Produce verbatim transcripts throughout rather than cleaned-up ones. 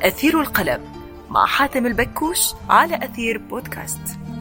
أثير القلم مع حاتم البكوش على أثير بودكاست.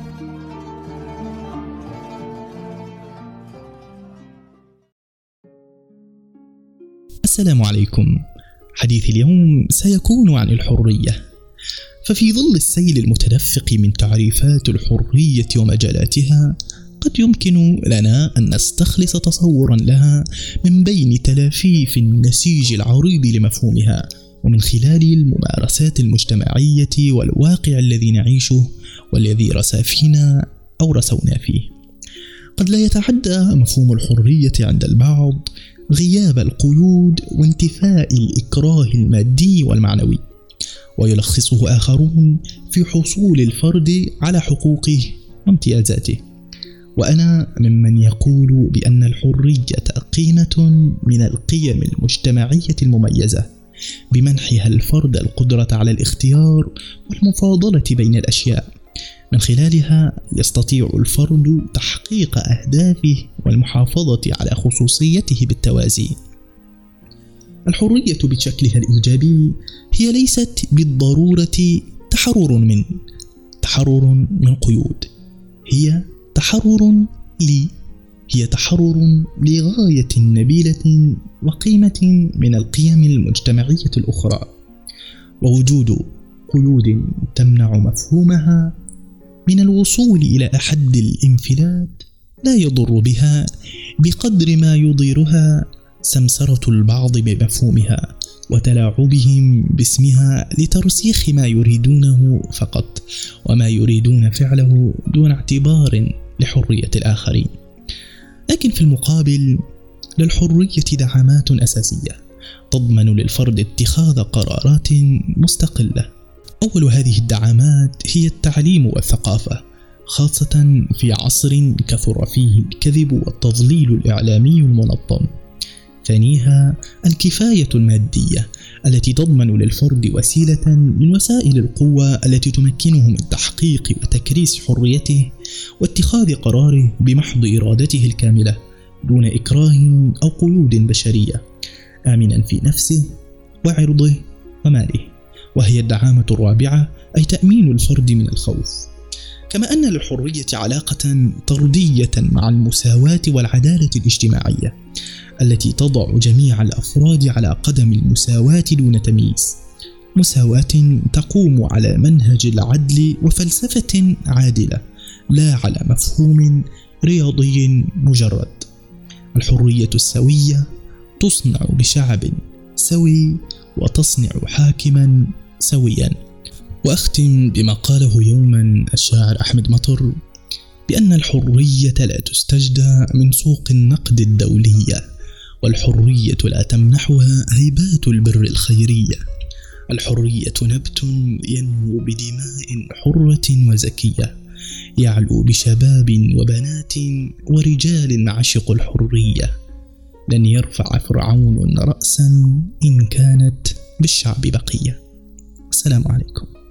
السلام عليكم. حديث اليوم سيكون عن الحرية. ففي ظل السيل المتدفق من تعريفات الحرية ومجالاتها، قد يمكن لنا أن نستخلص تصورا لها من بين تلافيف النسيج العريض لمفهومها، ومن خلال الممارسات المجتمعية والواقع الذي نعيشه والذي رسى فينا أو رسونا فيه. قد لا يتعدى مفهوم الحرية عند البعض غياب القيود وانتفاء الإكراه المادي والمعنوي، ويلخصه آخرون في حصول الفرد على حقوقه وامتيازاته. وأنا ممن يقول بأن الحرية قيمة من القيم المجتمعية المميزة، بمنحها الفرد القدرة على الاختيار والمفاضلة بين الأشياء، من خلالها يستطيع الفرد تحقيق أهدافه والمحافظة على خصوصيته بالتوازي. الحرية بشكلها الإيجابي هي ليست بالضرورة تحرر من تحرر من قيود، هي تحرر لي هي تحرر لغاية نبيلة وقيمة من القيم المجتمعية الأخرى. ووجود قيود تمنع مفهومها من الوصول إلى أحد الانفلات لا يضر بها بقدر ما يضيرها سمسرة البعض بمفهومها وتلاعبهم باسمها لترسيخ ما يريدونه فقط، وما يريدون فعله دون اعتبار لحرية الآخرين. لكن في المقابل للحرية دعامات أساسية تضمن للفرد اتخاذ قرارات مستقلة. أول هذه الدعامات هي التعليم والثقافة، خاصة في عصر كثر فيه الكذب والتضليل الإعلامي المنظم. ثانيها الكفاية المادية التي تضمن للفرد وسيلة من وسائل القوة التي تمكنه من تحقيق وتكريس حريته واتخاذ قراره بمحض إرادته الكاملة دون إكراه أو قيود بشرية، آمنا في نفسه وعرضه وماله. وهي الدعامة الرابعة، أي تأمين الفرد من الخوف. كما أن للحرية علاقة طردية مع المساواة والعدالة الاجتماعية التي تضع جميع الأفراد على قدم المساواة دون تمييز، مساواة تقوم على منهج العدل وفلسفة عادلة، لا على مفهوم رياضي مجرد. الحرية السوية تصنع بشعب سوي وتصنع حاكما سويا. وأختم بما قاله يوما الشاعر أحمد مطر بأن الحرية لا تستجدى من سوق النقد الدولية، والحرية لا تمنحها هيبات البر الخيرية. الحرية نبت ينمو بدماء حرة وزكية، يعلو بشباب وبنات ورجال عشق الحرية. لن يرفع فرعون رأسا إن كانت بالشعب بقية. السلام عليكم.